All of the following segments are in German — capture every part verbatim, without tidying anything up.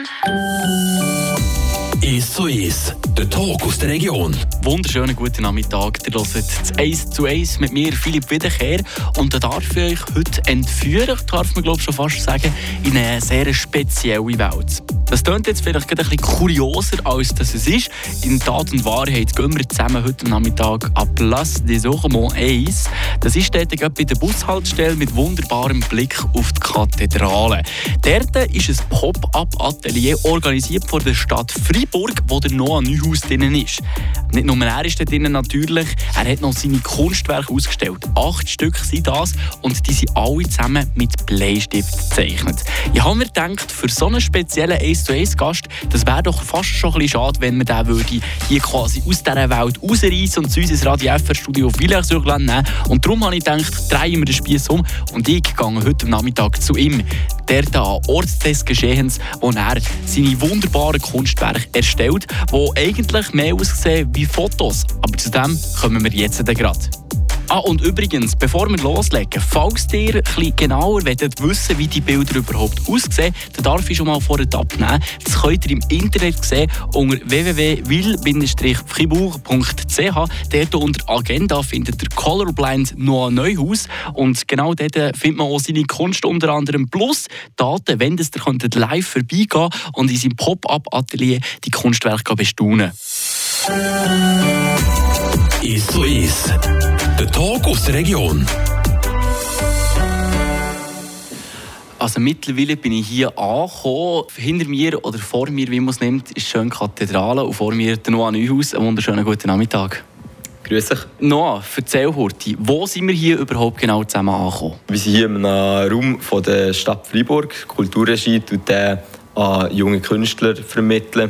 eins zu eins, der Talk aus der Region. Wunderschönen guten Nachmittag. Ihr hört das eins zu eins mit mir, Philipp Wiederkehr. Und da darf ich euch heute entführen, darf man glaube ich schon fast sagen, in eine sehr spezielle Welt. Das klingt jetzt vielleicht ein bisschen kurioser, als das es ist. In Tat und Wahrheit gehen wir zusammen heute Nachmittag an Place des Ormonts eins. Das ist dort bei der Bushaltestelle mit wunderbarem Blick auf die Kathedrale. Dort ist ein Pop-up-Atelier organisiert von der Stadt Freiburg, wo der Noah Neuhaus drin ist. Nicht nur er ist dort drin natürlich, er hat noch seine Kunstwerke ausgestellt. Acht Stück sind das und die sind alle zusammen mit Bleistift gezeichnet. Ich habe mir gedacht, für so einen speziellen eins zu eins Gast, das wäre doch fast schon ein bisschen schade, wenn wir den würde hier quasi aus dieser Welt rausreißen und zu uns ins Radio F R-Studio auf Villers-sur-Glâne nehmen. Und darum habe ich gedacht, drehen wir den Spieß um und ich gehe heute Nachmittag zu ihm. Dort an Ort des Geschehens, wo er seine wunderbaren Kunstwerke erstellt, die eigentlich mehr aussehen wie Fotos. Aber zu dem kommen wir jetzt gerade. Ah, und übrigens, bevor wir loslegen, falls ihr ein bisschen genauer wollt wissen, wie die Bilder überhaupt aussehen, dann darf ich schon mal vorher abnehmen. Das könnt ihr im Internet sehen unter w w w punkt ville Bindestrich fribourg punkt c h. Dort unter Agenda findet ihr Colorblind Noah Neuhaus. Und genau dort findet man auch seine Kunst unter anderem. Plus Daten, wenn ihr könnt live vorbeigehen und in seinem Pop-up-Atelier die Kunstwerke bestaunen. eins zu eins, der Talk aus der Region. Also mittlerweile bin ich hier angekommen. Hinter mir oder vor mir, wie man es nimmt, ist schön Kathedrale und vor mir der Noah Neuhaus. Einen wunderschönen guten Nachmittag. Grüß dich. Noah, erzähl heute, wo sind wir hier überhaupt genau zusammen angekommen? Wir sind hier in einem Raum von der Stadt Freiburg. Kulturregie tut den an junge Künstler vermitteln.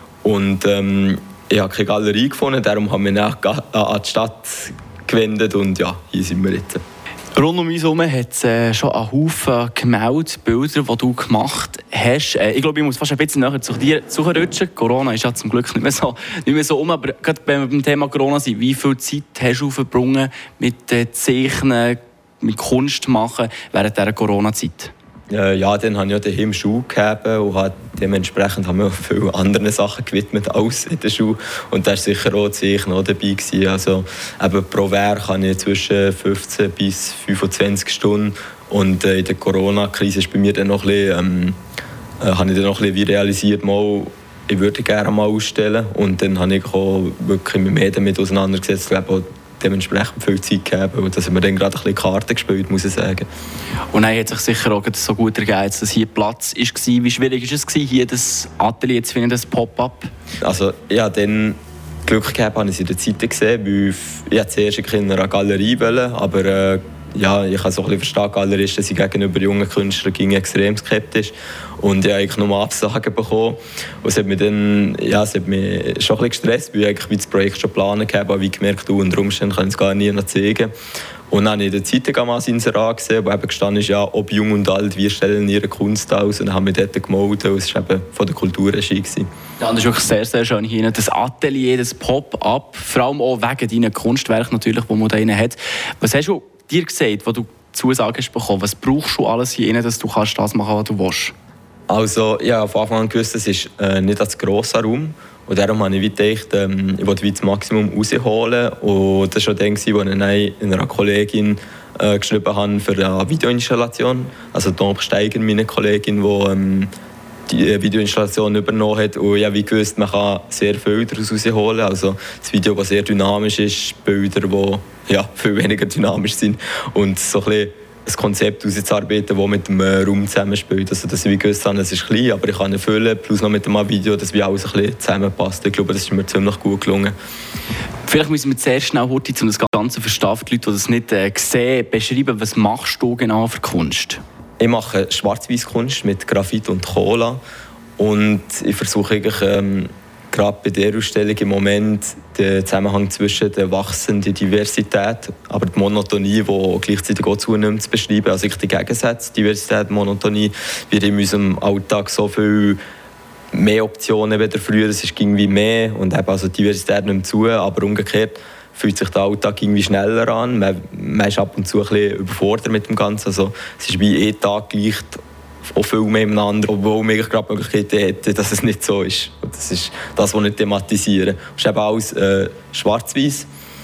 Und ähm, ich habe keine Galerie gefunden, darum haben wir nach an die Stadt gewendet und ja, hier sind wir jetzt. Rund um uns herum hat es äh, schon einen Haufen Gemälde, Bilder, die du gemacht hast. Äh, ich glaube, ich muss fast ein bisschen näher zu dir rutschen. Corona ist ja zum Glück nicht mehr so, nicht mehr so um, aber gerade wenn wir beim Thema Corona sind, wie viel Zeit hast du aufgebrungen mit äh, Zeichnen, mit Kunst machen während dieser Corona-Zeit? Ja, dann habe ich ja daheim Schule gegeben und habe dementsprechend haben wir auch viele andere Sachen gewidmet als in der Schule. Und da war sicher auch Zeichnen auch dabei gewesen. Also eben pro Werk habe ich zwischen fünfzehn bis fünfundzwanzig Stunden. Und äh, in der Corona-Krise ist bei mir dann noch ein bisschen, ähm, äh, habe ich dann noch ein bisschen realisiert, mal, ich würde gerne mal ausstellen. Und dann habe ich auch wirklich mehr damit auseinandergesetzt, glaube dementsprechend viel Zeit gegeben und dass wir dann gerade ein bisschen Karten gespielt, muss ich sagen. Und dann hat sich sicher auch so gut ergeben, dass hier Platz war. Wie schwierig war es, hier das Atelier zu finden, das Pop-up? Also ich habe dann Glück gehabt, habe ich es in der Zeitung gesehen, weil ich zuerst in einer Galerie wollte, aber äh, ja, ich kann so ein bisschen verstehen, Galeristen sind gegenüber jungen Künstlern extrem skeptisch und ich habe eigentlich nur Absagen bekommen. Und es hat mich dann, ja, es hat mich schon ein bisschen gestresst, weil ich eigentlich das Projekt schon geplant habe, wie gemerkt, du unter Umständen kann ich es gar nie noch zeigen. Und dann habe ich in der Zeitung einmal ein Inserat gesehen, wo eben gestanden ist, ja, ob jung und alt, wir stellen ihre Kunst aus. Und dann haben wir dort gemeldet und es war eben von der Kulturregie. Ja, das ist wirklich sehr, sehr schön hier. Das Atelier, das Pop-up, vor allem auch wegen deinen Kunstwerken natürlich, die man da drin hat. Was hast du dir gesagt, wo du Zusagen hast bekommen? Was brauchst du alles hier drin, dass du kannst das machen, was du willst? Also, ja, von Anfang an gewusst, es ist äh, nicht als grosser Raum. Und darum habe ich gedacht, ähm, ich wollte das Maximum rausholen. Und das war schon dann, als ich einer Kollegin äh, geschrieben habe für eine Videoinstallation. Also Tom Steiger, meine Kollegin, die ähm, die Videoinstallation übernommen hat. Und ja, wie gewusst, man kann sehr viel daraus rausholen. Also das Video, das sehr dynamisch ist, Bilder, die ja, viel weniger dynamisch sind. Und so ein bisschen ein Konzept auszuarbeiten, das mit dem Raum zusammenspielt. Also, dass ich wie gewusst habe, es ist klein, aber ich kann ihn füllen, plus noch mit dem Video, dass wie alles ein bisschen zusammenpasst. Ich glaube, das ist mir ziemlich gut gelungen. Vielleicht müssen wir sehr schnell heute, um das Ganze verstehen, für die Leute, die das nicht äh, sehen, beschreiben, was machst du genau für Kunst? Ich mache Schwarz-Weiß-Kunst mit Graphit und Cola und ich versuche eigentlich, ähm, gerade bei dieser Ausstellung im Moment den Zusammenhang zwischen der wachsenden Diversität, aber die Monotonie, die gleichzeitig auch zunimmt, zu beschreiben. Also die Gegensätze, Diversität, Monotonie, wie in unserem Alltag so viel mehr Optionen wie früher, es ist irgendwie mehr und eben also Diversität nimmt zu, aber umgekehrt fühlt sich der Alltag irgendwie schneller an. Man, man ist ab und zu ein bisschen überfordert mit dem Ganzen. Also, es ist wie ein Tag gleich auch viel mehr miteinander, obwohl man gerade die Möglichkeit hätte, dass es nicht so ist. Und das ist das, was ich thematisiere. Es ist eben alles äh, schwarz-weiß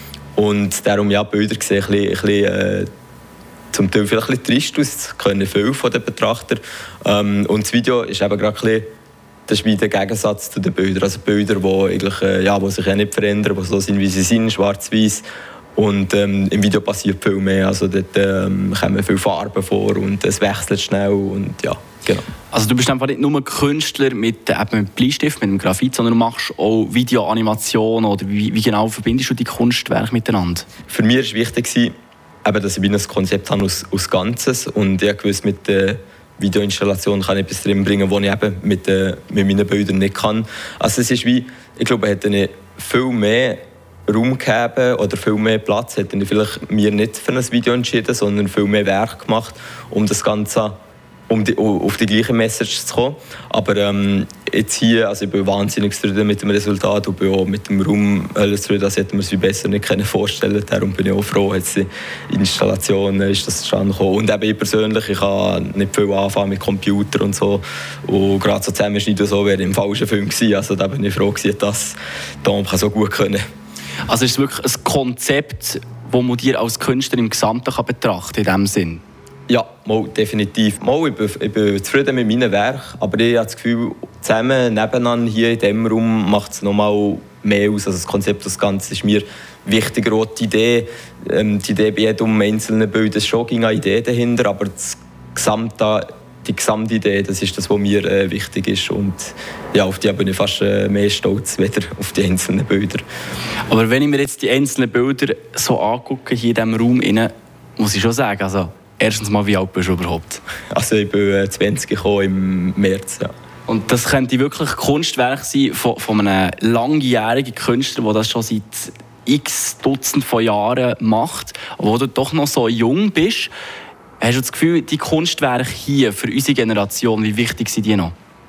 und darum, ja, Bilder sehen ein bisschen, ein bisschen äh, zum Teil vielleicht ein bisschen trist aus, das können viele von den Betrachtern. Ähm, und das Video ist eben gerade ein bisschen, das ist wie der Gegensatz zu den Bildern. Also Bilder, die, eigentlich, äh, ja, die sich ja nicht verändern, die so sind, wie sie sind, schwarz-weiß. Und ähm, im Video passiert viel mehr. Also dort ähm, kommen viele Farben vor und es wechselt schnell. Und, ja, genau. Also du bist einfach nicht nur Künstler mit, äh, mit Bleistift, mit dem Graphit, sondern du machst auch Videoanimationen. Oder wie, wie genau verbindest du die Kunstwerke miteinander? Für mich war es wichtig, eben, dass ich ein Konzept habe aus, aus Ganzes. Und ich wusste, mit der Videoinstallation kann ich etwas drin bringen, was ich eben mit, äh, mit meinen Bildern nicht kann. Also es ist wie, ich glaube, hätte ich viel mehr Raum gegeben oder viel mehr Platz, hätte ich vielleicht mir nicht für ein Video entschieden, sondern viel mehr Werk gemacht, um das Ganze, um die, auf die gleiche Message zu kommen. Aber ähm, jetzt hier, also ich bin wahnsinnig zufrieden mit dem Resultat und bin auch mit dem Raum zufrieden, das hätte man sich besser nicht vorstellen können. Darum bin ich auch froh, jetzt die Installation ist das zustande gekommen. Und eben ich persönlich, ich kann nicht viel anfangen mit Computer und so. Und gerade so Zusammenschneiden so wäre ich im falschen Film gewesen. Also da bin ich froh gewesen, dass Tom so gut können. Also ist es wirklich ein Konzept, das man dir als Künstler im Gesamten kann betrachten kann, in diesem Sinn? Ja, mal, definitiv. Mal, ich, bin, ich bin zufrieden mit meinem Werk, aber ich habe das Gefühl, zusammen, nebeneinander, hier in diesem Raum, macht es noch mal mehr aus. Also das Konzept, das Ganze ist mir wichtiger, auch die Idee. Ähm, die Idee bei jedem einzelnen Bild ist schon eine Idee dahinter, aber das Gesamte, die Gesamtidee, das ist das, was mir äh, wichtig ist. Und ja, auf die bin ich fast äh, mehr stolz, weder auf die einzelnen Bilder. Aber wenn ich mir jetzt die einzelnen Bilder so angucke, hier in diesem Raum, rein, muss ich schon sagen, also erstens mal, wie alt bist du überhaupt? Also ich bin äh, zwanzig gekommen im März, ja. Und das könnte wirklich Kunstwerk sein von, von einem langjährigen Künstler, der das schon seit x Dutzend von Jahren macht, wo du doch noch so jung bist. Hast du das Gefühl, die Kunstwerke hier für unsere Generation, wie wichtig sind die noch?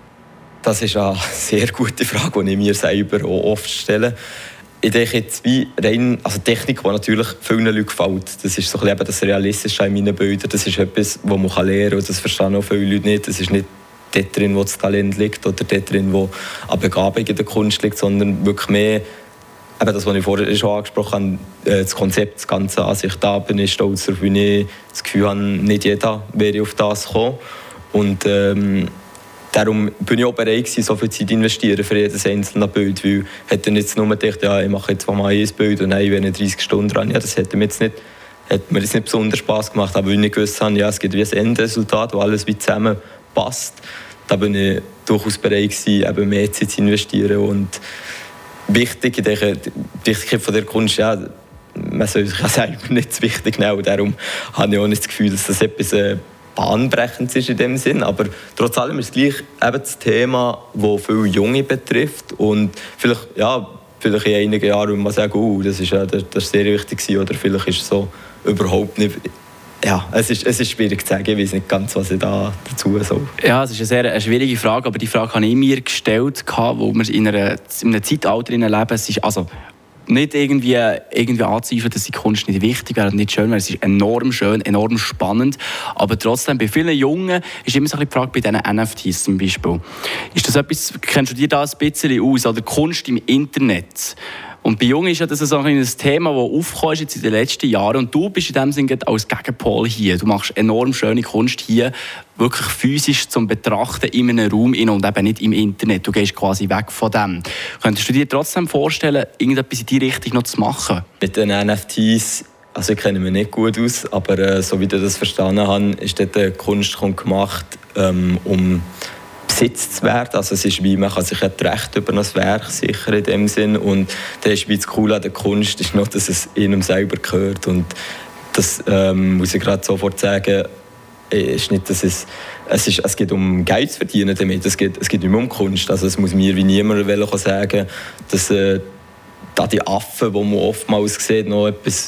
Das ist eine sehr gute Frage, die ich mir selber auch oft stelle. Ich denke jetzt, wie rein, also Technik, die natürlich vielen Leuten gefällt. Das ist so ein bisschen das Realistische in meinen Bildern. Das ist etwas, das man lernen kann und das verstehen auch viele Leute nicht. Das ist nicht dort drin, wo das Talent liegt oder dort drin, wo eine Begabung in der Kunst liegt, sondern wirklich mehr eben das, was ich vorher schon angesprochen habe, das Konzept, das Ganze an sich. Da bin ich stolz darauf, weil ich das Gefühl habe, nicht jeder wäre auf das gekommen. Und ähm, darum bin ich auch bereit, so viel Zeit zu investieren für jedes einzelne Bild. Weil ich hätte nicht nur gedacht, ja, ich mache jetzt mal ein Bild und nein, wenn ich dreißig Stunden dran, ja, das hätte mir jetzt nicht, hätte mir jetzt nicht besonders Spass gemacht. Aber wenn ich gewusst habe, ja, es gibt wie ein Endresultat, wo alles wie zusammen passt, da bin ich durchaus bereit gewesen, eben mehr Zeit zu investieren. Und wichtig, ich denke, die Wichtigkeit von der Kunst, ja, man soll sich ja selber nicht zu wichtig nehmen. Darum habe ich auch nicht das Gefühl, dass das etwas äh, bahnbrechendes ist in dem Sinn. Aber trotz allem ist es gleich eben das Thema, das viele Junge betrifft. Und vielleicht, ja, vielleicht in einigen Jahren würde man sagen, oh, das ist, ja, das, das ist sehr wichtig gewesen. Oder vielleicht ist es so überhaupt nicht. Ja, es ist, es ist schwierig zu sagen, ich weiß nicht ganz, was ich da dazu soll. Ja, es ist eine sehr eine schwierige Frage, aber die Frage habe ich mir gestellt, wo wir in, einer, in einem Zeitalter leben. Es ist also nicht irgendwie, irgendwie anzuzweifeln, dass die Kunst nicht wichtig wäre und nicht schön wäre. Es ist enorm schön, enorm spannend. Aber trotzdem, bei vielen Jungen ist immer so ein bisschen die Frage, bei diesen N F Ts zum Beispiel. Ist das etwas, kennst du dir da ein bisschen aus, oder Kunst im Internet? Und bei Jungen ist ja das so ein Thema, das aufgekommen ist jetzt in den letzten Jahren. Und du bist in dem Sinne als Gegenpol hier. Du machst enorm schöne Kunst hier, wirklich physisch zum Betrachten in einem Raum und eben nicht im Internet. Du gehst quasi weg von dem. Könntest du dir trotzdem vorstellen, irgendetwas in die Richtung noch zu machen? Mit den N F Ts, also ich kenne mich nicht gut aus, aber äh, so wie ich das verstanden habe, ist dort die Kunst gemacht, ähm, um Besitz zu werden. Also es ist wie, man kann sich ein Recht über ein Werk sichern in dem Sinn. Und das ist wie das Coole an der Kunst, ist noch, dass es einem selber gehört. Und das ähm, muss ich gerade sofort sagen, ist nicht, dass es, es, ist, es geht um Geld zu verdienen damit. Es geht, es geht nicht mehr um Kunst. Also es muss mir wie niemand sagen, dass äh, da die Affen, die man oftmals sieht, noch etwas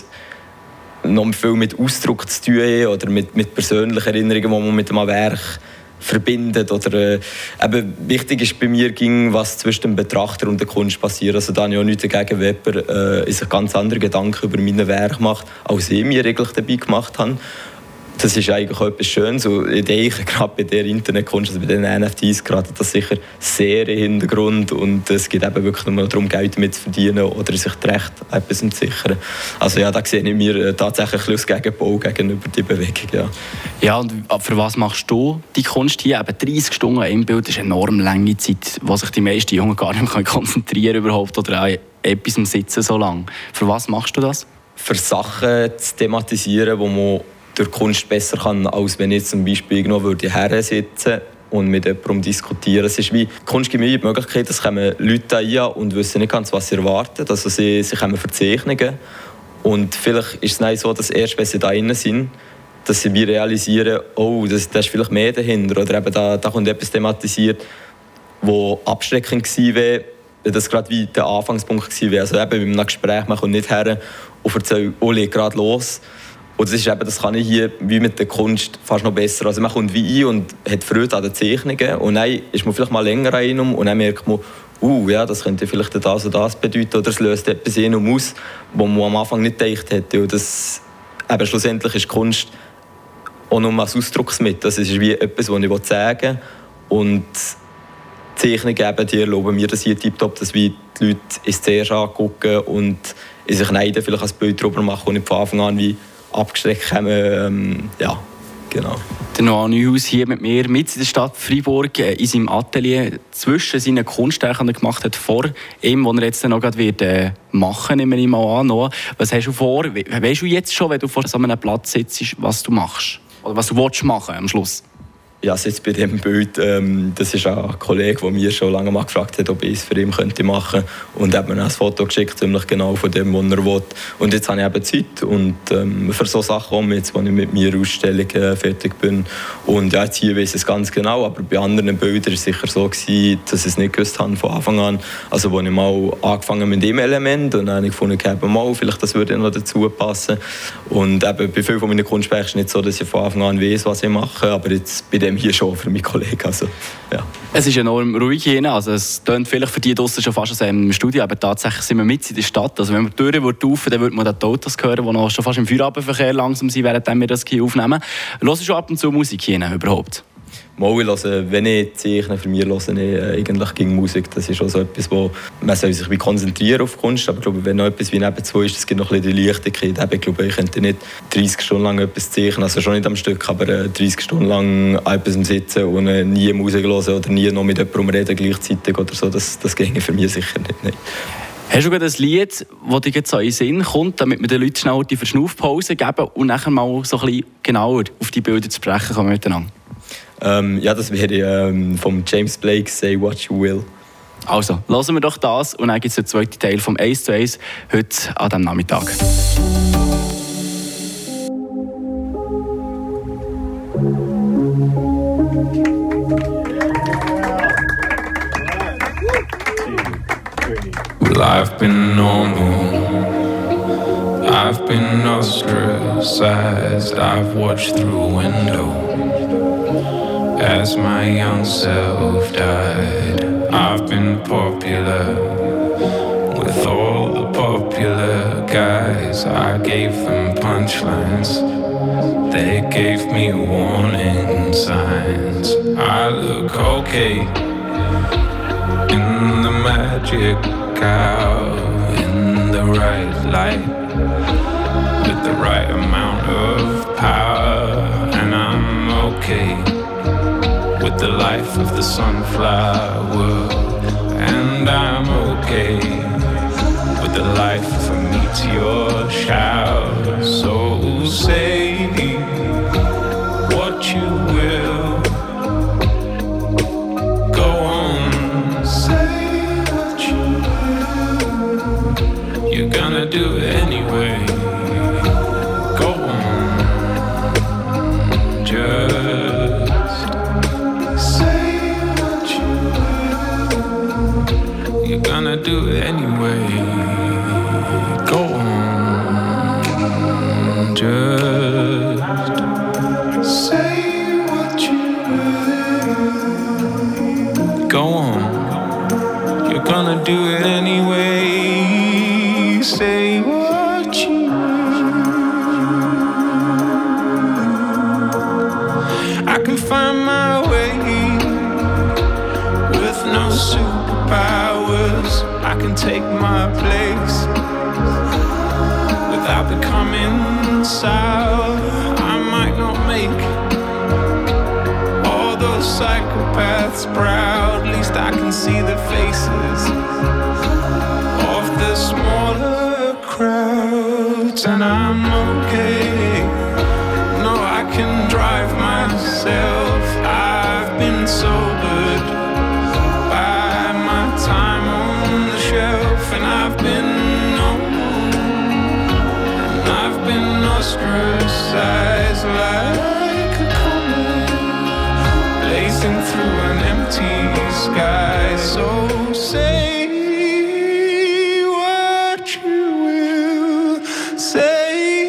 noch viel mit Ausdruck zu tun haben oder mit, mit persönlichen Erinnerungen, die man mit einem Werk verbindet. Oder, äh, eben, wichtig ist bei mir, ging, was zwischen dem Betrachter und der Kunst passiert. Also, da habe ich auch nichts dagegen, wenn jemand äh, sich ganz andere Gedanken über mein Werk macht, als ich mir eigentlich dabei gemacht habe. Das ist eigentlich auch etwas Schönes. Und ich denke, gerade bei der Internetkunst, also bei den N F Ts, gerade das sicher sehr im Hintergrund. Und es geht eben wirklich nur darum, Geld damit zu verdienen oder sich das Recht etwas zu sichern. Also ja, da sehe ich mir tatsächlich ein bisschen Gegenbau gegenüber die Bewegung. Ja. Ja, und für was machst du die Kunst hier? Eben dreißig Stunden ein Bild ist eine enorm lange Zeit, wo sich die meisten Jungen gar nicht mehr konzentrieren überhaupt oder auch etwas im Sitzen so lange. Für was machst du das? Für Sachen zu thematisieren, die man durch Kunst besser kann, als wenn ich zum Beispiel irgendwo würde hersitzen und mit jemandem diskutieren. Es ist wie, Kunst gibt mir die Möglichkeit, dass kommen Leute ein und wissen nicht ganz, was sie erwarten. Also sie, sie kommen für Zeichnungen. Und vielleicht ist es nicht so, dass erst, wenn sie da drin sind, dass sie wie realisieren, oh, das, das ist vielleicht mehr dahinter. Oder eben da, da kommt etwas thematisiert, das abschreckend gewesen wäre, wenn das gerade wie der Anfangspunkt gewesen wäre. Also eben bei einem Gespräch, man kommt nicht her und erzählt, oh, leg gerade los. Und das, ist eben, das kann ich hier wie mit der Kunst fast noch besser. Also man kommt wie ein und hat Freude an den Zeichnungen. Und dann ist man vielleicht mal länger ein und dann merkt man, uh, ja, das könnte vielleicht das und das bedeuten. Oder es löst etwas in und aus, wo man am Anfang nicht gedacht hätte. Und das, eben, schlussendlich ist Kunst auch nur ein Ausdrucksmittel. Das ist wie etwas, was ich sagen will. Und die Zeichnungen eben, die erlauben mir das hier tiptop, dass wir die Leute ins zuerst angucken und in sich neiden, vielleicht ein Bild darüber machen und nicht von Anfang an wie abgeschreckt kommen. Ähm, ja, genau. Der Noah Neuhaus hier mit mir, mit in der Stadt Freiburg, in seinem Atelier, zwischen seinen Kunstwerken, die er gemacht hat, vor ihm, was er jetzt noch gerade wird, äh, machen, nehmen wir mal an. Noah. Was hast du vor? Weißt du jetzt schon, wenn du vor so einem Platz sitzt, was du machst? Oder was du willst machen am Schluss? Ja, jetzt bei diesem Bild, ähm, das ist ein Kollege, der mir schon lange mal gefragt hat, ob ich es für ihn könnte machen könnte. Und er hat mir ein Foto geschickt, ziemlich genau von dem, was er will. Und jetzt habe ich eben Zeit und ähm, für solche Sachen komme jetzt, wenn ich mit meiner Ausstellung äh, fertig bin. Und ja, jetzt hier weiss ich es ganz genau, aber bei anderen Bildern war es sicher so gewesen, dass ich es nicht gewusst habe von Anfang an. Also als ich mal angefangen mit dem Element und dann habe ich gefunden, okay, mal, vielleicht das würde noch dazu passen. Und eben bei vielen von meinen Kunstwerken ist es nicht so, dass ich von Anfang an weiss, was ich mache, aber jetzt bei dem hier schon für meinen Kollegen. Also, ja. Es ist enorm ruhig hier. Also es tönt vielleicht für die draussen schon fast im Studio, aber tatsächlich sind wir mitten in der Stadt. Also wenn man die Türen öffnen, dann würde man die Autos hören, die noch schon fast im Feierabendverkehr langsam sind, während wir das hier aufnehmen. Hörst du schon ab und zu Musik hier überhaupt? Mal, ich höre, wenn ich zeichne, für mich höre ich eigentlich gegen Musik. Das ist auch so etwas, wo man soll sich wie konzentrieren auf Kunst. Aber ich glaube, wenn noch etwas wie nebenzu ist, es gibt noch ein bisschen die Leichtigkeit. Ich glaube, ich könnte nicht dreißig Stunden lang etwas zeichnen, also schon nicht am Stück, aber dreißig Stunden lang an etwas sitzen und nie Musik hören oder nie noch mit jemandem reden gleichzeitig oder so. Das, das ginge für mich sicher nicht. Nein. Hast du gerade ein Lied, das dir jetzt so in den Sinn kommt, damit wir den Leuten schnell die Verschnaufpause geben und nachher mal so ein bisschen genauer auf die Bilder zu sprechen kommen miteinander? Ähm, ja, das wäre ähm, von James Blake «Say What You Will». Also, hören wir doch das und dann gibt es den zweiten Teil vom eins zu eins heute an diesem Nachmittag. Well, I've been normal. I've been ostracized. I've watched through a window as my young self died. I've been popular with all the popular guys. I gave them punchlines, they gave me warning signs. I look okay in the magic hour, in the right light, with the right amount of power. And I'm okay with the life of the sunflower. And I'm okay with the life of a meteor shower. So say what you will, go on, say what you will. You're gonna do it anyway. Go on, just say what you will. You're gonna do it anyway. Go on, just say what you will. Go on, you're gonna do it anyway. Say what you will. superpowers, I can take my place without becoming sour. I might not make all those psychopaths proud. At least I can see the faces of the smaller crowds, and I'm okay. No, I can drive myself. I've been sobered by my time on the shelf, and I've been known, and I've been ostracized like a comet blazing through an empty sky. So say what you will, say.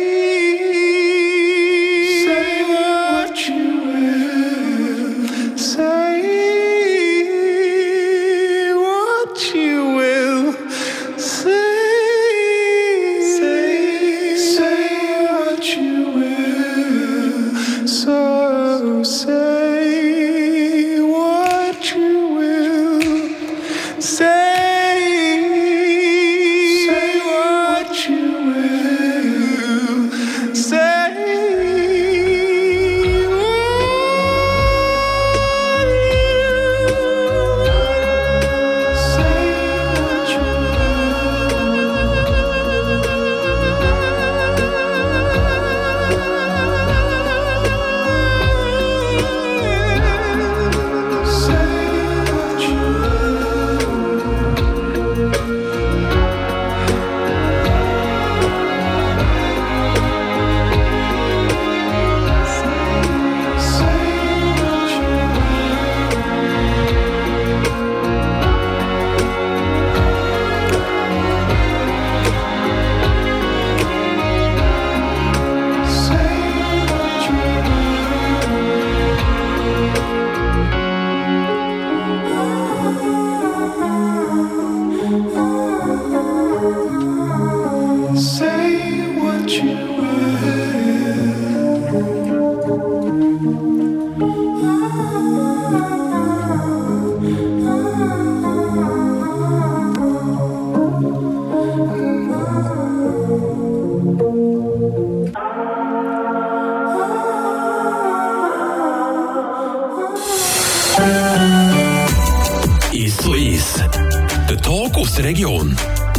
eins zu eins. Der Talk aus der Region.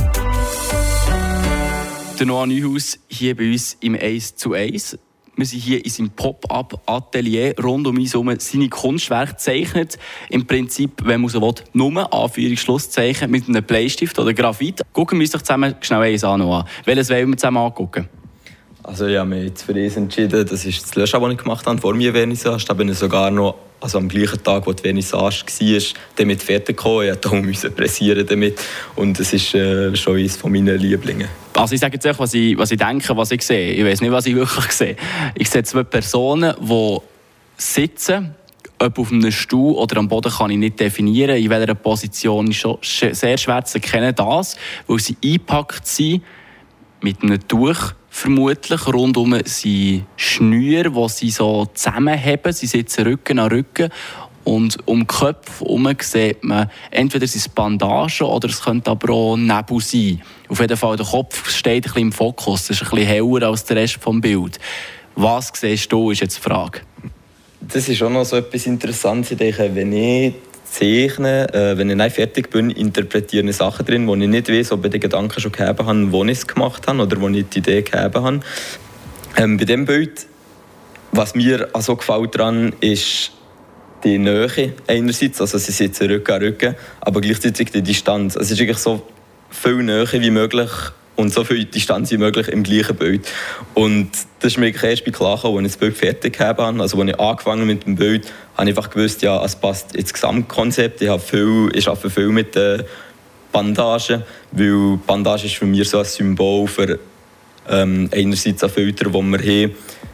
Der Noah Neuhaus hier bei uns im eins zu eins. Wir sind hier in seinem Pop-up-Atelier. Rund um uns herum seine Kunstwerke zeichnet. Im Prinzip, wenn man so will, nur Anführungsschlusszeichen mit einem Bleistift oder Graphit. Gucken wir uns doch zusammen schnell eins an, Noah. Welches wollen wir zusammen angucken? Also ja, wir haben jetzt für das entschieden. Das ist das Löschen, das ich gemacht habe, vor mir Vernissage. Da bin ich sogar noch, also am gleichen Tag, wo die Vernissage war, damit fertig gekommen. Ich musste pressieren damit. Und es ist äh, schon eines von meinen Lieblingen. Also ich sage jetzt einfach, was ich, was ich denke, was ich sehe. Ich weiß nicht, was ich wirklich sehe. Ich sehe zwei Personen, die sitzen. Ob auf einem Stuhl oder am Boden kann ich nicht definieren. In welcher Position ist schon sehr schwer zu erkennen. Das, weil sie eingepackt sind mit einem Tuch. Vermutlich rundum sind Schnüre, die sie so zusammenheben. Sie sitzen Rücken an Rücken. Und um den Kopf herum sieht man, entweder sind es Bandagen oder es könnte aber auch Nebel sein. Auf jeden Fall, der Kopf steht ein bisschen im Fokus. Das ist ein bisschen heller als der Rest des Bildes. Was siehst du, ist jetzt die Frage. Das ist auch noch so etwas Interessantes. Ich denke, wenn ich zeichne, äh, wenn ich nicht fertig bin, interpretiere ich Sachen drin, wo ich nicht weiß, ob ich die Gedanken schon gehabt habe, wo ich es gemacht habe oder wo ich die Idee gehabt habe. Ähm, bei diesem Bild, was mir also gefällt daran, ist die Nähe einerseits, also sie sitzen Rücken an Rücken, aber gleichzeitig die Distanz. Es ist eigentlich so viel Nähe wie möglich und so viel Distanz wie möglich im gleichen Bild. Und das ist mir erst bei klar gekommen, als ich das Bild fertig habe. Also als ich angefangen mit dem Bild, habe ich einfach gewusst, ja, es passt ins Gesamtkonzept. Ich, habe viel, ich arbeite viel mit den Bandagen, weil Bandage ist für mich so ein Symbol für ähm, einerseits ein Filter, den wir haben,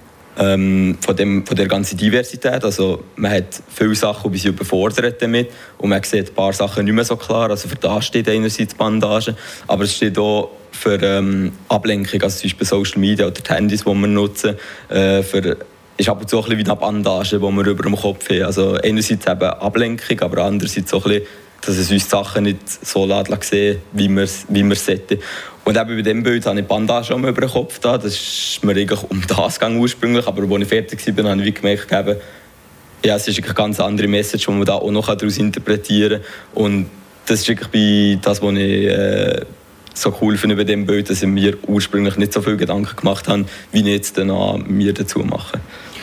ähm, von, dem, von der ganzen Diversität. Also man hat viele Sachen, die sich überfordert damit und man sieht ein paar Sachen nicht mehr so klar. Also für das steht einerseits Bandage, aber es steht auch für ähm, Ablenkung, also zum Beispiel Social Media oder die Handys, die wir nutzen, äh, für, ist ab und zu auch ein bisschen wie eine Bandage, die wir über dem Kopf haben. Also einerseits eben Ablenkung, aber andererseits auch ein bisschen dass es uns die Sachen nicht so sehen, wie wir es wie sollten. Und eben bei diesem Bild habe ich die Bandage über den Kopf da. Das ist mir eigentlich um das gegangen ursprünglich. Aber als ich fertig war, habe ich gemerkt, eben, ja, es ist eine ganz andere Message, die man da auch noch daraus interpretieren kann. Und das ist wirklich das, was ich äh, so cool finde bei diesem Bild, dass ich mir ursprünglich nicht so viele Gedanken gemacht habe, wie ich jetzt dann an mir dazu mache.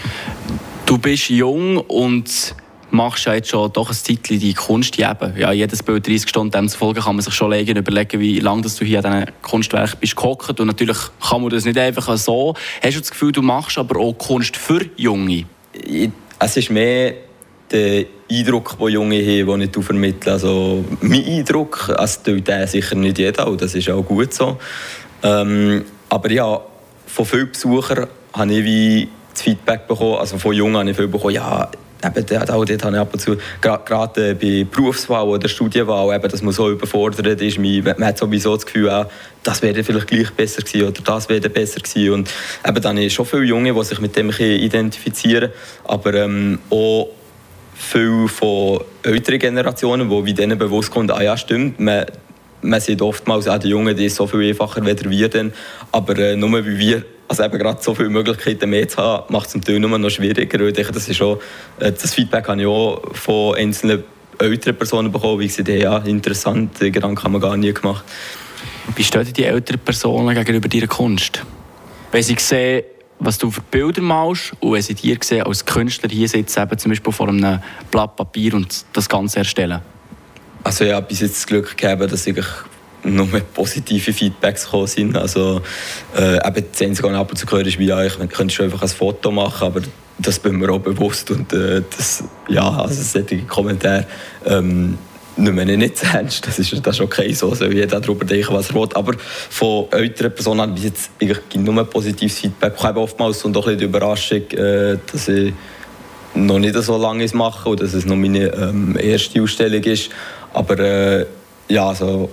Du bist jung und machst ja jetzt schon doch ein Zeitchen die Kunst eben. Ja, jedes Bild dreißig Stunden dem zu folgen, kann man sich schon legen, überlegen, wie lange du hier an diesen Kunstwerken bist gehockt. Und natürlich kann man das nicht einfach so. Hast du das Gefühl, du machst aber auch Kunst für Junge? Es ist mehr der Eindruck, den Junge haben, den ich vermittle. Also mein Eindruck, es tut den sicher nicht jeder, und das ist auch gut so. Ähm, aber ja, von vielen Besuchern habe ich wie das Feedback bekommen, also von Jungen habe ich viel bekommen, ja, eben, dort, auch dort habe ich ab und zu, gerade bei Berufswahl oder Studienwahl, eben, dass man so überfordert ist. Man hat sowieso das Gefühl, ja, das wäre vielleicht gleich besser gewesen oder das wäre besser gewesen. Und eben, dann habe ich schon viele Junge, die sich mit dem identifizieren, aber ähm, auch viele von älteren Generationen, die wie denen bewusst kommen, ah ja, stimmt, man, man sieht oftmals auch die Jungen, die ist so viel einfacher als wir denn, aber äh, nur weil wir also eben gerade so viele Möglichkeiten mehr zu haben, macht es natürlich nur noch schwieriger. Ich denke, das, ist auch, das Feedback habe ich auch von einzelnen älteren Personen bekommen, wie sie ja, interessant, den Gedanken haben wir gar nie gemacht. Wie stehen die älteren Personen gegenüber deiner Kunst? Wenn sie sehen, was du für Bilder malst, und wenn sie dir sehen, als Künstler hier sitzen, eben zum Beispiel vor einem Blatt Papier und das Ganze erstellen? Also ja, bis jetzt das Glück gehabt, dass ich nur positive Feedbacks gekommen sind. Also, äh, eben das Einzige, was ich ab und zu höre, ist, wie, ja, ich könnte schon einfach ein Foto machen, aber das bin mir auch bewusst. Und äh, das, ja, also solche Kommentare ähm, nehmen wir nicht ernst. Das ist, das ist okay, so soll jeder darüber denken, was er will. Aber von älteren Personen habe ich jetzt eigentlich nur positives Feedback. Ich habe oftmals und auch ein bisschen die Überraschung, äh, dass ich noch nicht so lange mache und dass es noch meine ähm, erste Ausstellung ist. Aber äh, ja, also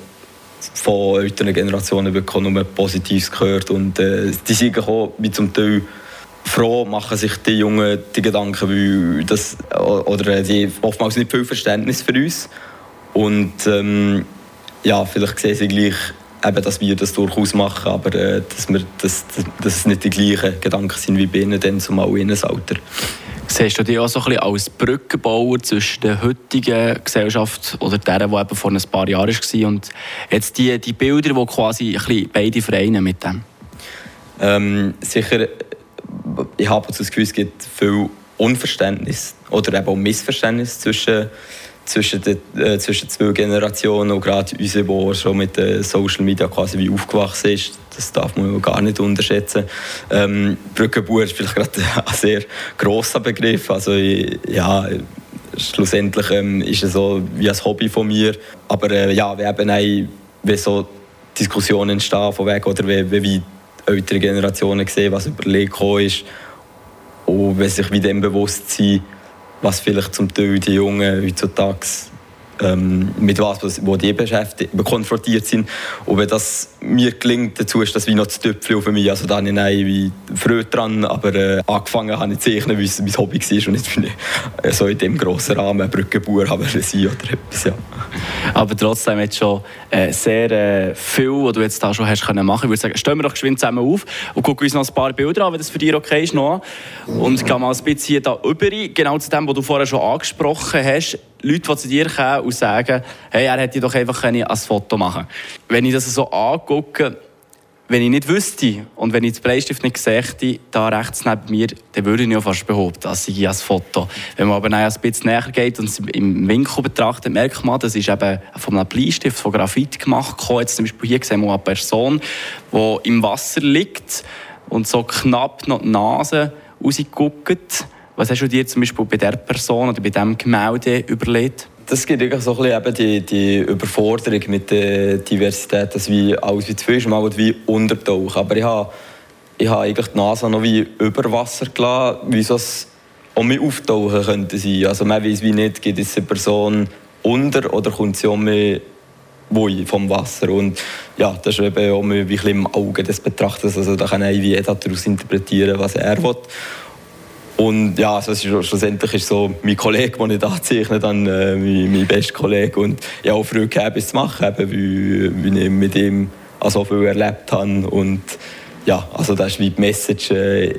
von älteren Generationen wirklich nur Positives gehört. Und äh, die sind auch wie zum Teil froh, machen sich die Jungen die Gedanken, weil das, oder die oftmals nicht viel Verständnis für uns. Und ähm, ja, vielleicht sehen sie gleich, eben, dass wir das durchaus machen, aber äh, dass, wir, dass, dass es nicht die gleichen Gedanken sind wie bei ihnen, dann zumal in ihrem Alter. Siehst du dich auch so ein bisschen als Brückenbauer zwischen der heutigen Gesellschaft oder der, die eben vor ein paar Jahren war, und jetzt die, die Bilder, die quasi ein bisschen beide vereinen mit dem? Ähm, sicher, ich habe das Gefühl, es gibt viel Unverständnis oder eben auch Missverständnis zwischen, zwischen, den, äh, zwischen zwei Generationen, und gerade unsere, die schon mit äh, Social Media quasi wie aufgewachsen ist. Das darf man gar nicht unterschätzen. Ähm, Brückenbauer ist vielleicht gerade ein sehr grosser Begriff. Also, ja, schlussendlich ähm, ist es so wie ein Hobby von mir. Aber äh, ja, wir haben auch, wenn so Diskussionen entstehen von wegen, oder wie, wie ältere Generationen sehen, was überlegt ist, und wenn sich wie dem bewusst sind, was vielleicht zum Teil die Jungen heutzutage ähm, mit was, wo die beschäftigt, konfrontiert sind. Und wenn das mir gelingt, dazu ist das wie noch das Töpfchen für mich. Also da habe ich nein, wie Freude dran, aber äh, angefangen habe ich zu zeichnen, weil es mein Hobby war und nicht wie ich, so in dem grossen Rahmen Brückenbauer haben sein oder etwas, ja. Aber trotzdem jetzt schon äh, sehr äh, viel, was du jetzt da schon hast können machen. Ich würde sagen, stellen wir doch geschwind zusammen auf und gucken uns noch ein paar Bilder an, wenn das für dich okay ist, Noah. Und gehen mal ein bisschen da rüber, genau zu dem, was du vorher schon angesprochen hast. Leute, die zu dir kommen und sagen, hey, er hätte doch einfach ein Foto machen können. Wenn ich das so angucke, wenn ich nicht wüsste und wenn ich den Bleistift nicht sähe, da rechts neben mir, dann würde ich ja fast behaupten, das sei ein Foto. Wenn man aber ein bisschen näher geht und es im Winkel betrachtet, merkt man, das ist eben von einem Bleistift, von Graphit gemacht. Jetzt zum Beispiel hier sehen wir eine Person, die im Wasser liegt und so knapp noch die Nase rausguckt. Was hast du dir zum Beispiel bei dieser Person oder bei diesem Gemälde überlegt? Das gibt wirklich so ein bisschen eben die, die Überforderung mit der Diversität, dass wie alles wie zu viel ist, mal wie untertauchen. Aber ich habe, ich habe eigentlich die Nase noch wie über Wasser gelassen, wie es auch mehr auftauchen könnte sein. Also man weiß wie nicht, geht diese Person unter oder kommt sie auch mehr vom Wasser. Und ja, das ist eben auch mehr wie ein bisschen im Auge des Betrachters. Also da kann jeder daraus interpretieren, was er will. Und ja, also es ist, schlussendlich ist so mein Kollege, den ich da zeichne, dann äh, mein, mein bester Kollege. Und ich habe auch Freude gehabt, es zu machen, eben, wie, wie ich mit ihm so viel erlebt habe. Und ja, also das ist wie die Message, äh,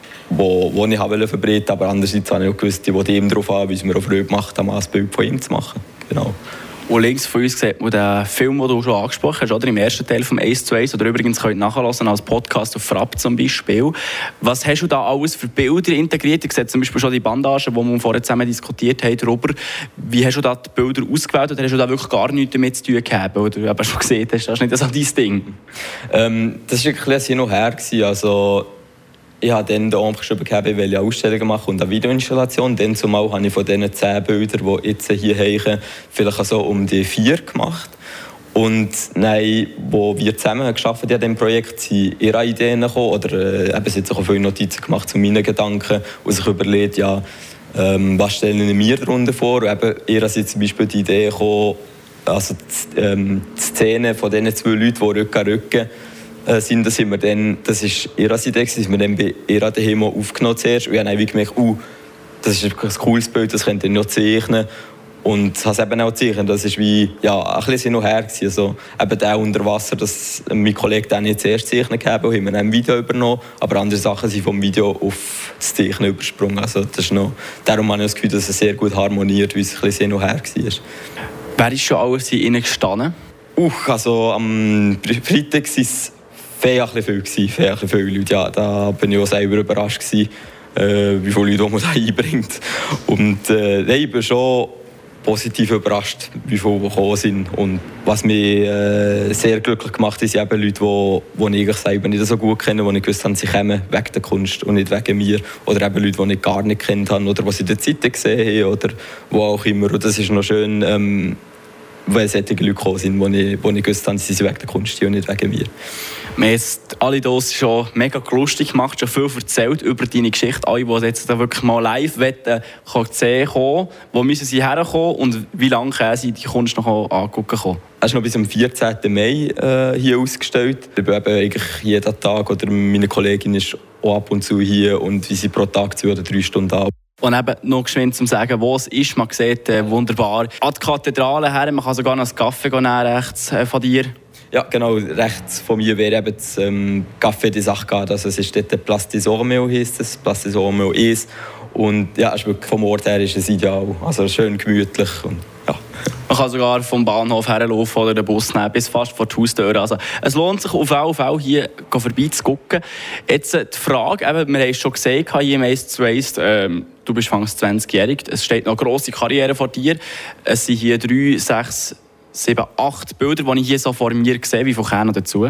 wo, wo ich verbreiten wollte. Aber andererseits habe ich auch gewusst, die ihm darauf an, wie es mir auch Freude gemacht hat, ein Bild von ihm zu machen. Genau. Und links von uns sieht man den Film, den du schon angesprochen hast, oder? Im ersten Teil vom eins zu eins, oder übrigens könnt ihr nachhören als Podcast auf Frapp zum Beispiel. Was hast du da alles für Bilder integriert? Ich sehe zum Beispiel schon die Bandagen, die wir vorher zusammen diskutiert haben, darüber. Wie hast du da die Bilder ausgewählt, oder hast du da wirklich gar nichts damit zu tun gehabt? Oder du aber schon gesehen hast, das ist nicht so dein Ding? Ähm, das war wirklich ein Hin und Her. Also, ich habe dann den Abend geschrieben, ich will Ausstellungen machen und eine Videoinstallation. Dann zumal habe ich von diesen zehn Bildern, die jetzt hier hängen, vielleicht so um die vier gemacht. Und nein, wo wir zusammen gearbeitet haben an diesem Projekt, sind ihre Ideen gekommen. Oder äh, eben, sie hat sich auch viele Notizen gemacht zu meinen Gedanken und sich überlegt, ja, ähm, was stellen wir mir darunter vor. Und eben, ihr sind zum Beispiel die Idee gekommen, also die, ähm, die Szene von diesen zwei Leuten, die Rücken an Rücken sind, das, sind wir dann, das ist ihre Idee, das wir dann bei ihr daheim aufgenommen zuerst. Und ich habe dann gemerkt, uh, das ist ein cooles Bild, das könnt ihr noch zeichnen. Und ich habe es eben auch gezeichnet. Das war wie, ja, ein bisschen hin und her. Also, eben der unter Wasser, das mein Kollege dann nicht zuerst zeichnen gegeben und haben wir dann ein Video übernommen. Aber andere Sachen sind vom Video auf das Zeichnen übersprungen. Also, das ist noch, darum habe ich das Gefühl, dass es sehr gut harmoniert, weil es ein bisschen hin und her war. Wer ist schon alles in Ihnen gestanden? Uh, also am Freitag waren es Fähig ein bisschen viel, fähig viele Leute. Ja, da bin ich auch selber überrascht gewesen, äh, wie viele Leute man da einbringt. Und äh, ich bin schon positiv überrascht, wie viele gekommen sind. Und was mich äh, sehr glücklich gemacht hat, sind eben Leute, die, die ich selber nicht so gut kenne, die ich gewusst habe, sie kommen wegen der Kunst und nicht wegen mir. Oder eben Leute, die ich gar nicht kennt habe oder die sie in der Zeitung gesehen haben oder wo auch immer. Und das ist noch schön, ähm, weil solche Leute gekommen sind, die ich, die ich gewusst habe, sie sind wegen der Kunst und nicht wegen mir. Wir haben jetzt alle Dosen schon mega lustig gemacht, schon viel erzählt über deine Geschichte. Alle, die jetzt wirklich mal live wollen, sehen kommen, wo müssen sie herkommen und wie lange können sie die Kunst noch angucken kommen? Es ist noch bis am vierzehnten Mai äh, hier ausgestellt. Ich bin eben eigentlich jeden Tag, oder meine Kollegin ist auch ab und zu hier und wir sind pro Tag zwei oder drei Stunden an. Und eben noch geschwind zum sagen, wo es ist. Man sieht äh, wunderbar an die Kathedrale her. Man kann sogar noch einen Kaffee nehmen, rechts äh, von dir. Ja, genau. Rechts von mir wäre eben das ähm, Café des Arcades. Also es ist dort der Place des Ormeaux, heisst es. Place des Ormeaux eins. Und ja, es ist wirklich, vom Ort her ist es ideal. Also schön gemütlich. Und, ja. Man kann sogar vom Bahnhof herlaufen oder den Bus nehmen, bis fast vor die Haustür. Also, es lohnt sich auf jeden Fall, hier vorbeizugucken. Jetzt äh, die Frage, eben, wir haben es schon gesehen, hier im eins zu eins, ähm, du bist fast zwanzigjährig, es steht noch eine grosse Karriere vor dir. Es sind hier drei, sechs, sieben, acht Bilder, die ich hier so vor mir sehe. Wie viele kommen dazu?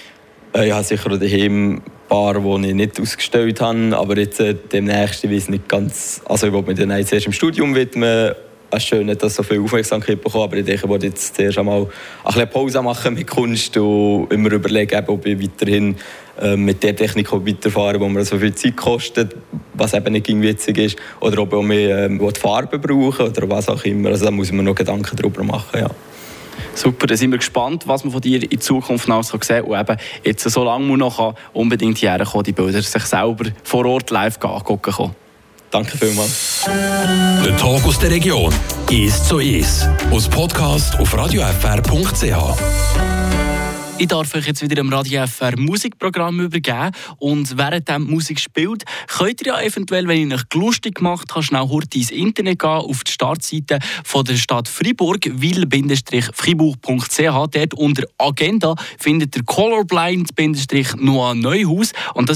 Äh, ich habe sicher daheim ein paar, die ich nicht ausgestellt habe, aber jetzt äh, demnächst, ich weiß nicht ganz, also ich will mich dann zuerst im Studium widmen. Es ist schön, dass so viel Aufmerksamkeit bekommen, aber ich denke, ich wollte jetzt zuerst einmal ein bisschen Pause machen mit Kunst und immer überlegen, ob ich weiterhin äh, mit der Technik weiterfahren, wo mir so viel Zeit kostet, was eben nicht witzig ist, oder ob ich mehr äh, Farben brauche oder was auch immer. Also da muss man noch Gedanken darüber machen, ja. Super, dann sind wir gespannt, was man von dir in Zukunft noch sehen kann. Und eben jetzt, so lange man noch unbedingt hierher kommen, die Bilder sich selber vor Ort live angucken kann. Danke vielmals. Der Talk aus der Region. eins zu eins. Aus Podcast auf radio f r punkt c h. Ich darf euch jetzt wieder im Radio F R Musikprogramm übergeben. Und während die Musik spielt, könnt ihr ja eventuell, wenn ich euch lustig gemacht habe, schnell heute ins Internet gehen, auf die Startseite von der Stadt Fribourg, wil fribourg punkt c h. Dort unter Agenda findet ihr Colorblind Noah Neuhaus. Und das